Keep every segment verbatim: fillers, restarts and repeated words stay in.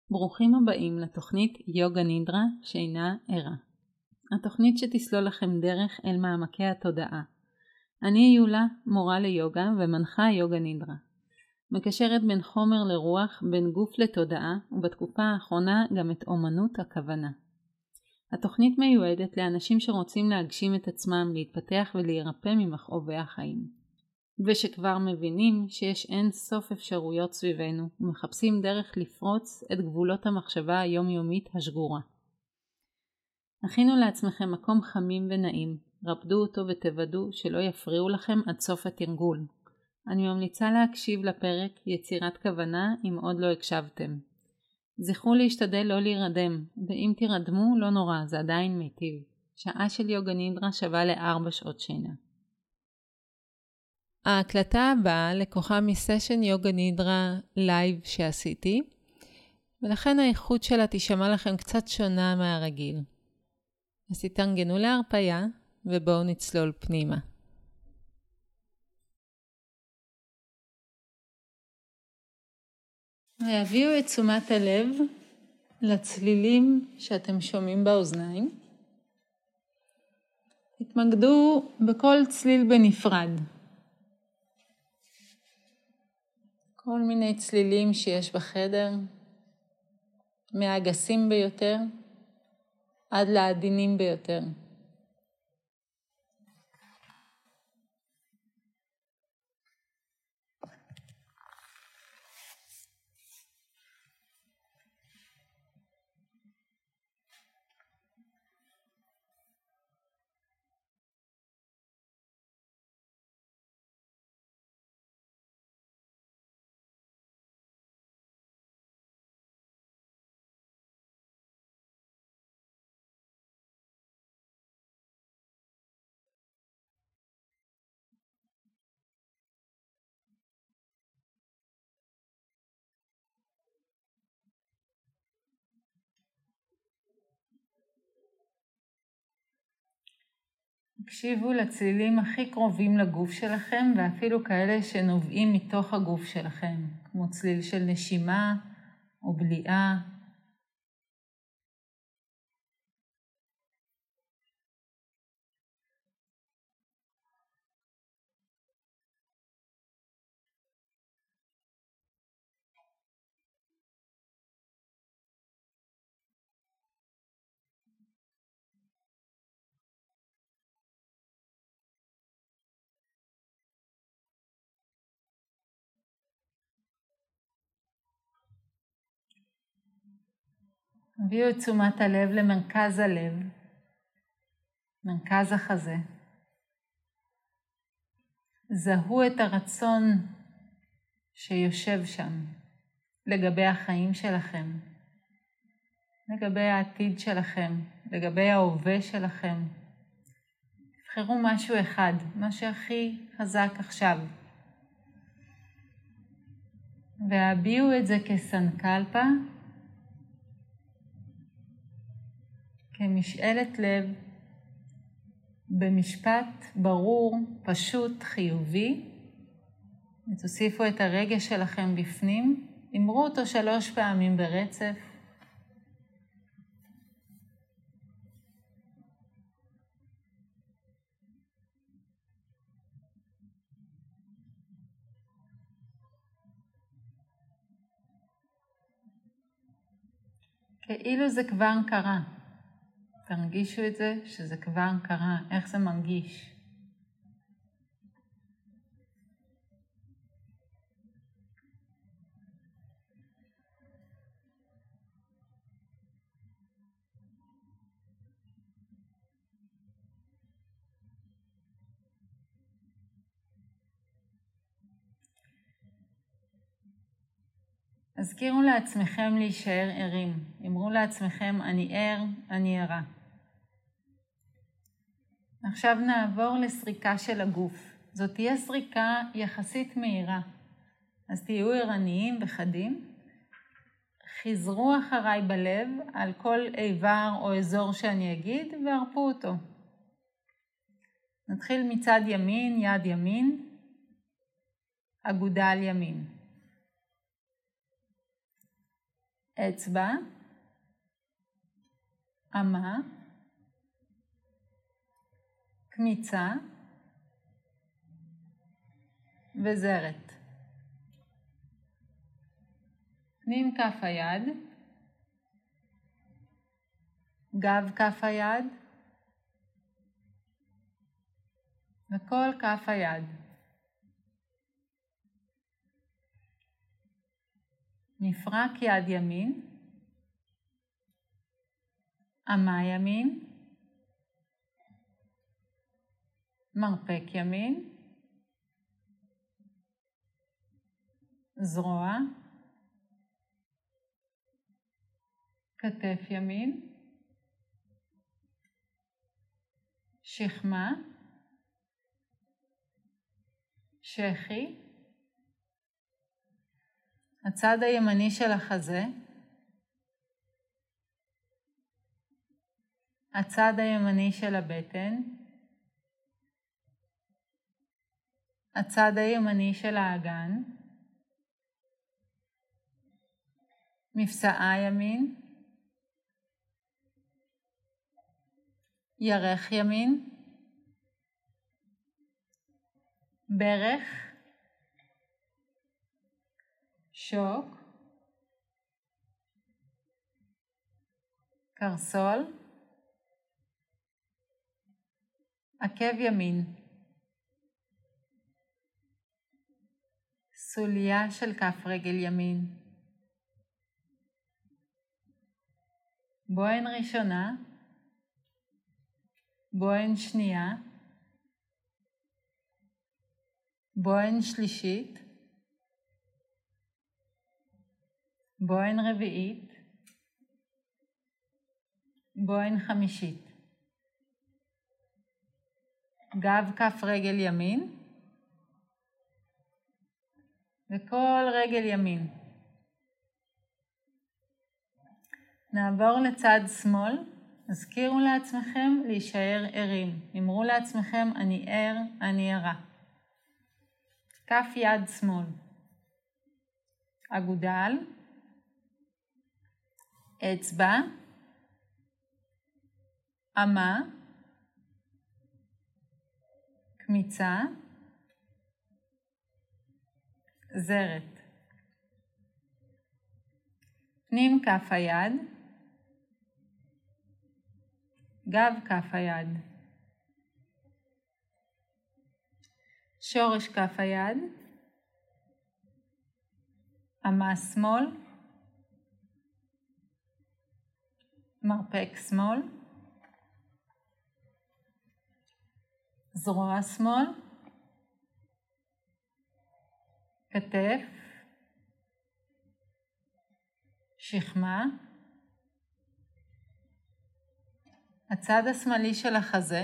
ברוכים הבאים לתוכנית יוגה נידרה שאינה ערה. התוכנית שתסלול לכם דרך אל מעמקי התודעה. אני יולה, מורה ליוגה ומנחה יוגה נידרה. מקשרת בין חומר לרוח, בין גוף לתודעה, ובתקופה האחרונה גם את אומנות הכוונה. התוכנית מיועדת לאנשים שרוצים להגשים את עצמם, להתפתח ולהירפא ממכאובי החיים. ושכבר מבינים שיש אין סוף אפשרויות סביבנו ומחפשים דרך לפרוץ את גבולות המחשבה היומיומית השגורה. הכינו לעצמכם מקום חמים ונעים, רפדו אותו ותוודאו שלא יפריעו לכם עד סוף התרגול. אני ממליצה להקשיב לפרק יצירת כוונה אם עוד לא הקשבתם. זכרו להשתדל לא להירדם, ואם תירדמו לא נורא, זה עדיין מיטיב. שעה של יוגה נידרה שווה לארבע שעות שינה. ההקלטה הבאה לקוחה מסשן יוגה נידרה לייב שעשיתי, ולכן האיכות שלה תשמע לכם קצת שונה מהרגיל. אז תתארגנו להרפיה ובואו נצלול פנימה. והביאו את תשומת הלב לצלילים שאתם שומעים באוזניים. התמקדו בכל צליל בנפרד. כל מיני צלילים שיש בחדר, מהגסים ביותר עד לעדינים ביותר. הקשיבו לצלילים הכי קרובים לגוף שלכם, ואפילו כאלה שנובעים מתוך הגוף שלכם, כמו צליל של נשימה או בליעה. הביאו את תשומת הלב למרכז הלב, מרכז החזה. זהו את הרצון שיושב שם, לגבי החיים שלכם, לגבי העתיד שלכם, לגבי ההווה שלכם. תבחרו משהו אחד, מה שהכי חזק עכשיו. והביאו את זה כסנקלפה, כמשאלת לב, במשפט ברור, פשוט, חיובי. ותוסיפו את הרגש שלכם בפנים, אמרו אותו שלוש פעמים ברצף. כאילו זה כבר קרה. תרגישו את זה שזה כבר קרה, איך זה מרגיש. הזכירו לעצמכם להישאר ערים. אמרו לעצמכם, אני ער, אני ערה. עכשיו נעבור לסריקה של הגוף. זאת תהיה סריקה יחסית מהירה. אז תהיו ערניים וחדים. חזרו אחריי בלב על כל איבר או אזור שאני אגיד והרפו אותו. נתחיל מצד ימין, יד ימין, אגודל ימין. אצבע, אמה, קמיצה וזרת. פנים כף היד, גב כף היד וכל כף היד. מפרק יד ימין, אמה ימין, מרפק ימין, זרוע, כתף ימין, שכמה, שכי, הצד הימני של החזה, הצד הימני של הבטן, הצד הימני של האגן, מפסעה ימין, ירך ימין, ברך, שוק, קרסול, עקב ימין, סוליה של כף רגל ימין, בוהן ראשונה, בוהן שנייה, בוהן שלישית, בוהן רביעית, בוהן חמישית. גב כף רגל ימין וכל רגל ימין. נעבור לצד שמאל. הזכירו לעצמכם להישאר ערים. אמרו לעצמכם אני ער, אני ערה. כף יד שמאל, אגודל, אצבע, אמה, קמיצה, זרת. פנים כף היד, גב כף היד, שורש כף היד, אמה שמאל, מרפק שמאל, זרוע שמאל, כתף, שכמה, הצד השמאלי של החזה,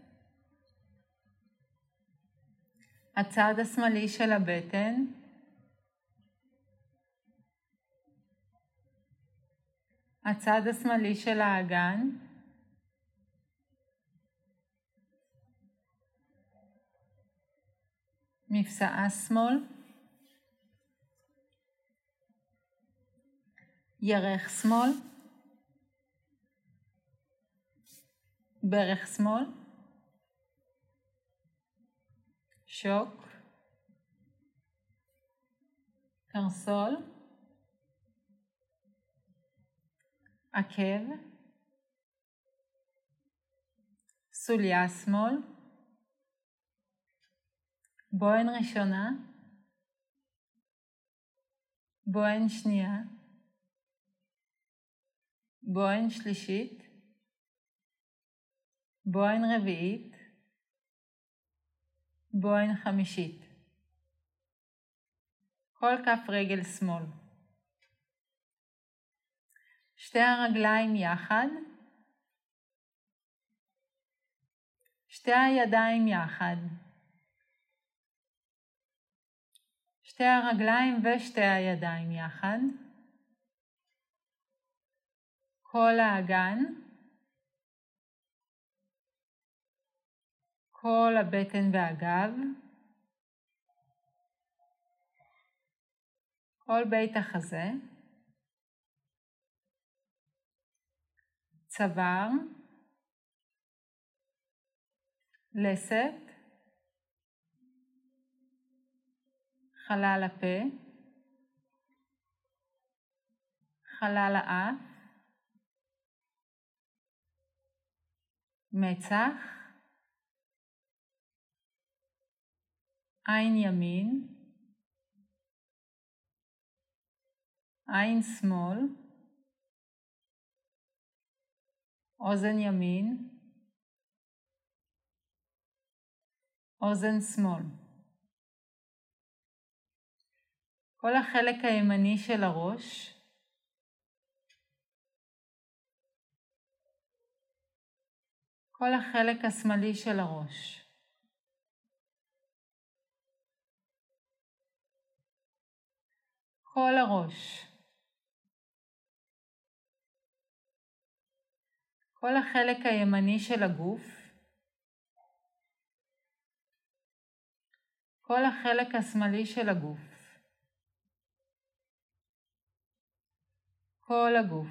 הצד השמאלי של הבטן, הצד השמאלי של האגן, מפסעה שמאל, ירך שמאל, ברך שמאל, שוק, קרסול, עקב, סוליה שמאל, בוהן ראשונה, בוהן שנייה, בוהן שלישית, בוהן רביעית, בוהן חמישית. כל כף רגל שמאל. שתי הרגליים יחד, שתי הידיים יחד, שתי הרגליים ושתי הידיים יחד, כל האגן, כל הבטן והגב, כל בית החזה, צוואר, לסת, חלל הפה, חלל האף, מצח, עין ימין, עין שמאל, אוזן ימין, אוזן שמאל. כל החלק הימני של הראש, כל החלק השמאלי של הראש. כל הראש. כל החלק הימני של הגוף. כל החלק השמאלי של הגוף. כל הגוף.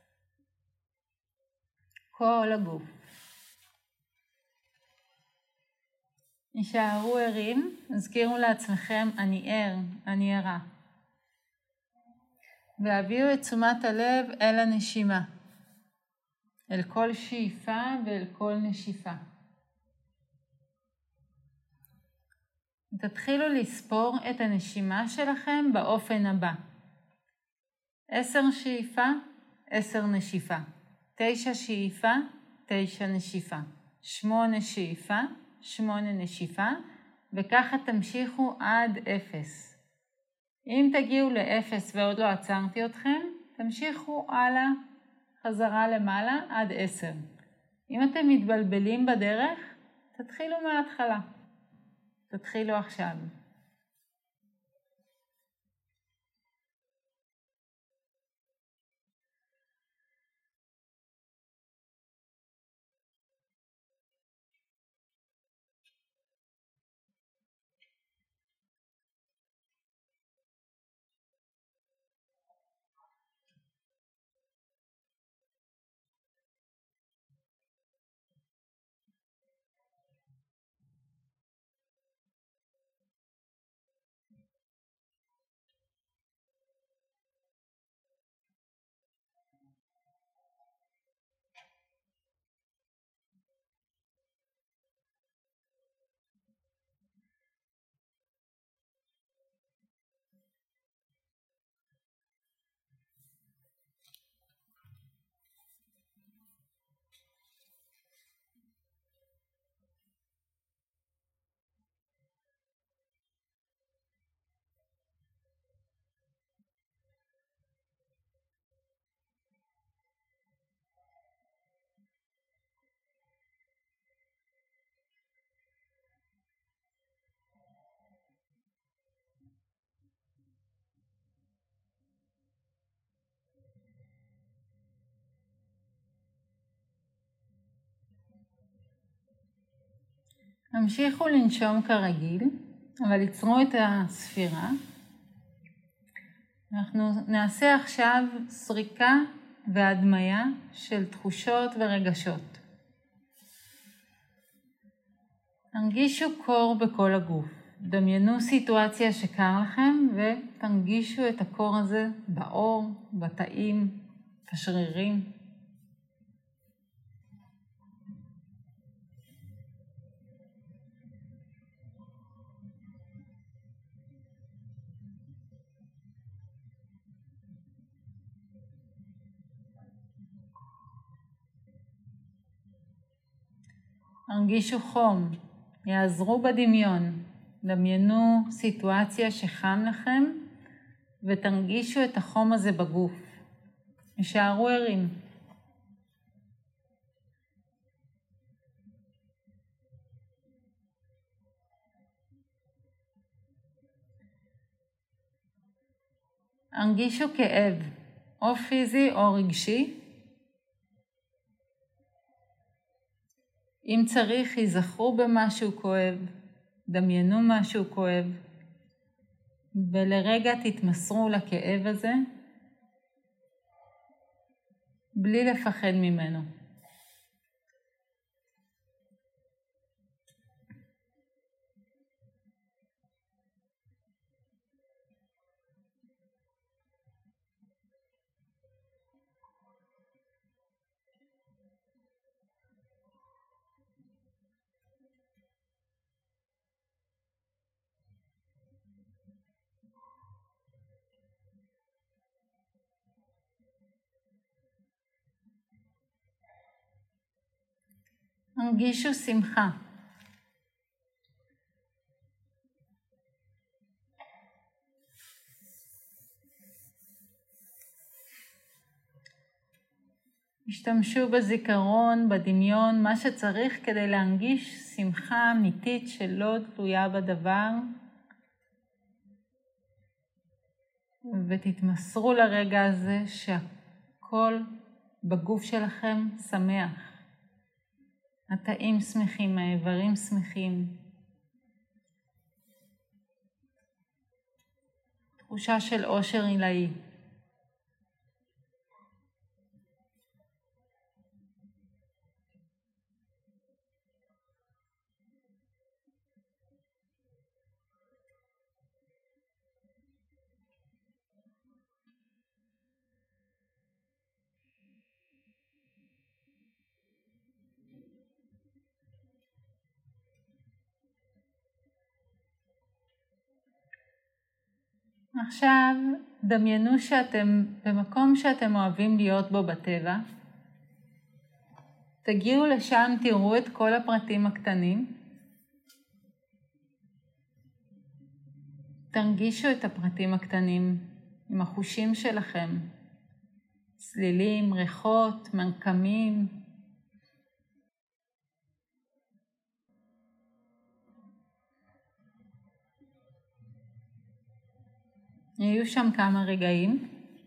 כל הגוף. נשארו ערים, הזכירו לעצמכם, אני ער, אני ערה. והביאו את תשומת הלב אל הנשימה, אל כל שאיפה ואל כל נשיפה. תתחילו לספור את הנשימה שלכם באופן הבא. עשר שאיפה, עשר נשיפה. תשע שאיפה, תשע נשיפה. שמונה שאיפה, שמונה נשיפה, וככה תמשיכו עד אפס. אם תגיעו לאפס ועוד לא עצרתי אתכם, תמשיכו הלאה, חזרה למעלה עד עשר. אם אתם מתבלבלים בדרך, תתחילו מההתחלה. תתחילו עכשיו. המשיכו לנשום כרגיל, אבל יצרו את הספירה. אנחנו נעשה עכשיו סריקה והדמיה של תחושות ורגשות. תרגישו קור בכל הגוף. דמיינו סיטואציה שקר לכם ותרגישו את הקור הזה בעור, בתאים, בשרירים. הרגישו חום, יעזרו בדמיון, דמיינו סיטואציה שחם לכם ותרגישו את החום הזה בגוף. יישארו ערים. הרגישו כאב, או פיזי או רגשי. אם צריך, ייזכרו במשהו כואב, דמיינו משהו כואב, ולרגע תתמסרו לכאב הזה, בלי לפחד ממנו. הרגישו שמחה. השתמשו בזיכרון, בדמיון, מה שצריך כדי להרגיש שמחה אמיתית שלא תלויה בדבר, ותתמסרו לרגע הזה שהכל בגוף שלכם שמח. התאים שמחים, האיברים שמחים. תחושה של אושר עילאי. עכשיו דמיינו שאתם במקום שאתם אוהבים להיות בו בטבע. תגיעו לשם, תראו את כל הפרטים הקטנים. תרגישו את הפרטים הקטנים עם החושים שלכם. צלילים, ריחות, מנקמים. יהיו שם כמה רגעים.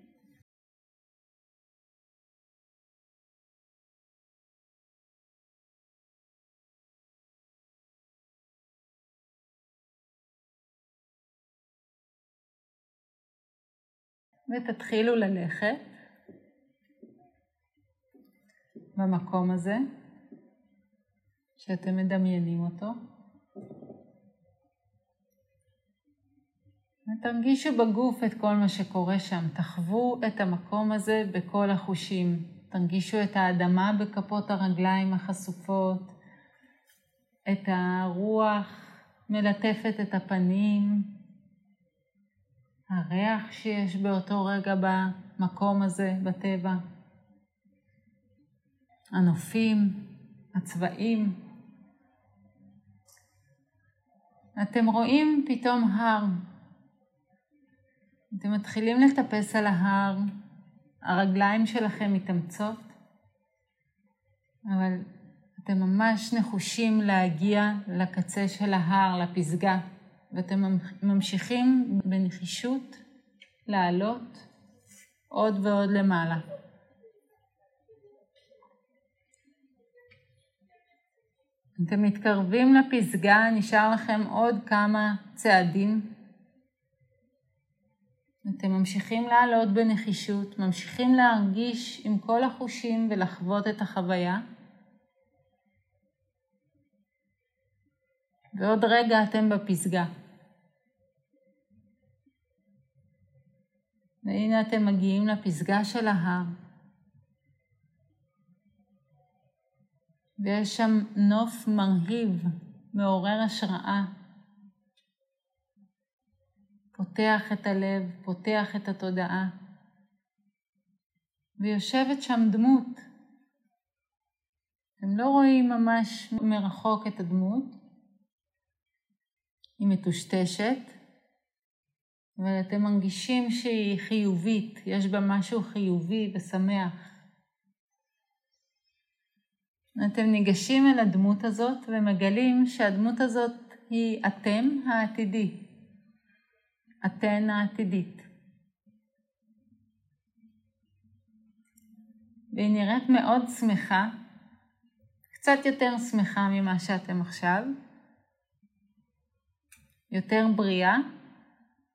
ותתחילו ללכת במקום הזה שאתם מדמיינים אותו. ותרגישו בגוף את כל מה שקורה שם. תחוו את המקום הזה בכל החושים. תרגישו את האדמה בכפות הרגליים החשופות, את הרוח מלטפת את הפנים, הריח שיש באותו רגע במקום הזה בטבע, הנופים, הצבעים. אתם רואים פתאום הר. אתם מתחילים לטפס על ההר, הרגליים שלכם מתאמצות, אבל אתם ממש נחושים להגיע לקצה של ההר, לפסגה, ואתם ממשיכים בנחישות לעלות עוד ועוד למעלה. אתם מתקרבים לפסגה, נשאר לכם עוד כמה צעדים. אתם ממשיכים לעלות בנחישות, ממשיכים להרגיש עם כל החושים ולחוות את החוויה. ועוד רגע אתם בפסגה. והנה אתם מגיעים לפסגה של ההר. ויש שם נוף מרהיב, מעורר השראה. פותח את הלב, פותח את התודעה. ויושבת שם דמות. אתם לא רואים ממש מרחוק את הדמות. היא מטושטשת, אבל אתם מרגישים שהיא חיובית, יש בה משהו חיובי ושמח. אתם ניגשים אל הדמות הזאת ומגלים שהדמות הזאת היא אתם העתידי. אתן העתידית. והיא נראית מאוד שמחה, קצת יותר שמחה ממה שאתם עכשיו, יותר בריאה,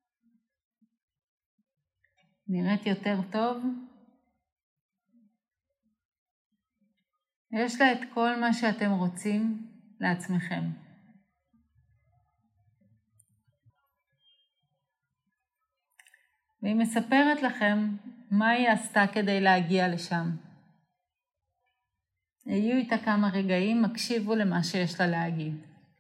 נראית יותר טוב, יש לה את כל מה שאתם רוצים לעצמכם. והיא מספרת לכם מה היא עשתה כדי להגיע לשם. היו איתה כמה רגעים, הקשיבו למה שיש לה להגיד.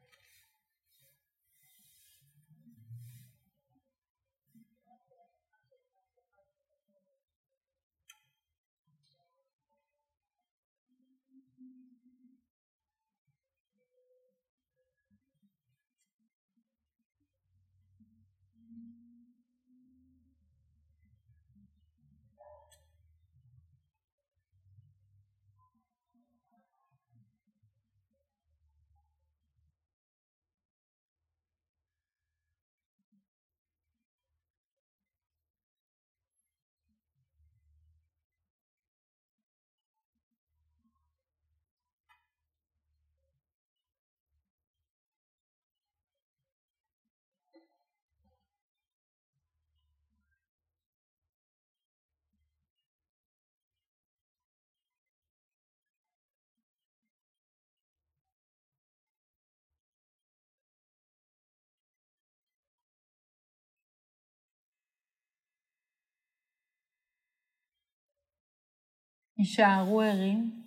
יישארו ערים.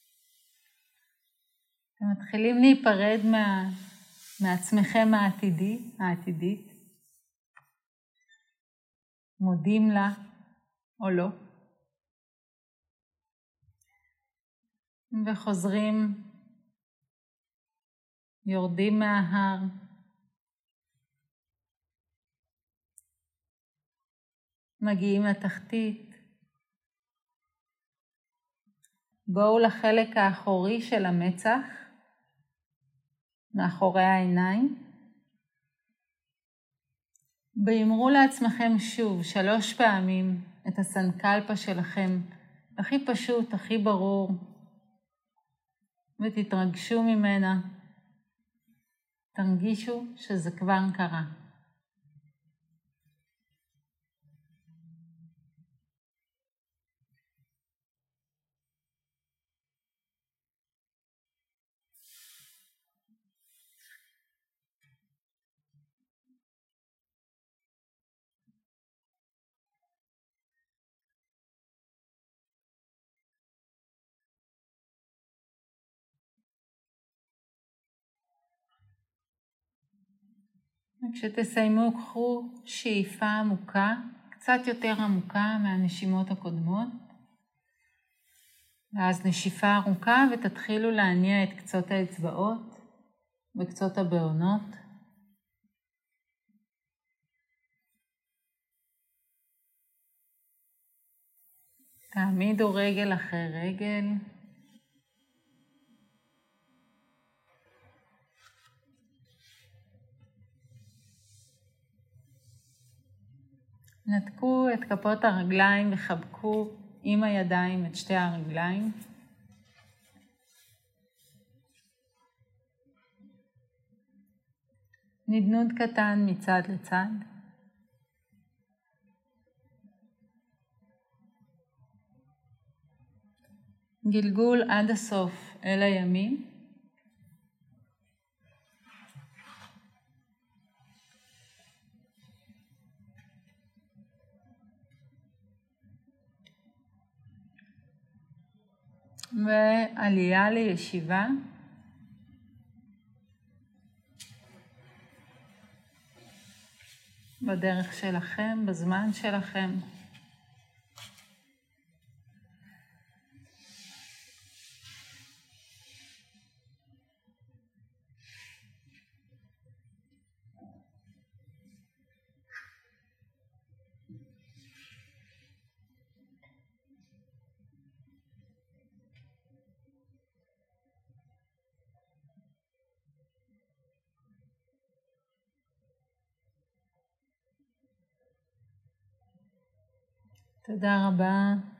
אתם מתחילים להיפרד מה, מעצמכם העתידי, העתידית. מודים לה או לא. וחוזרים, יורדים מההר. מגיעים לתחתית. בואו לחלק האחורי של המצח, מאחורי העיניים. ואמרו לעצמכם שוב שלוש פעמים את הסנקלפה שלכם, הכי פשוט, הכי ברור, ותתרגשו ממנה. תרגישו שזה כבר קרה. כשתסיימו, קחו שאיפה עמוקה, קצת יותר עמוקה מהנשימות הקודמות. ואז נשיפה ארוכה ותתחילו להניע את קצות האצבעות וקצות הבעונות. תעמידו רגל אחרי רגל. נתקו את כפות הרגליים וחבקו עם הידיים את שתי הרגליים. נדנוד קטן מצד לצד. גלגול עד הסוף אל הימין. ועלייה לישיבה. בדרך שלכם, בזמן שלכם. תודה רבה.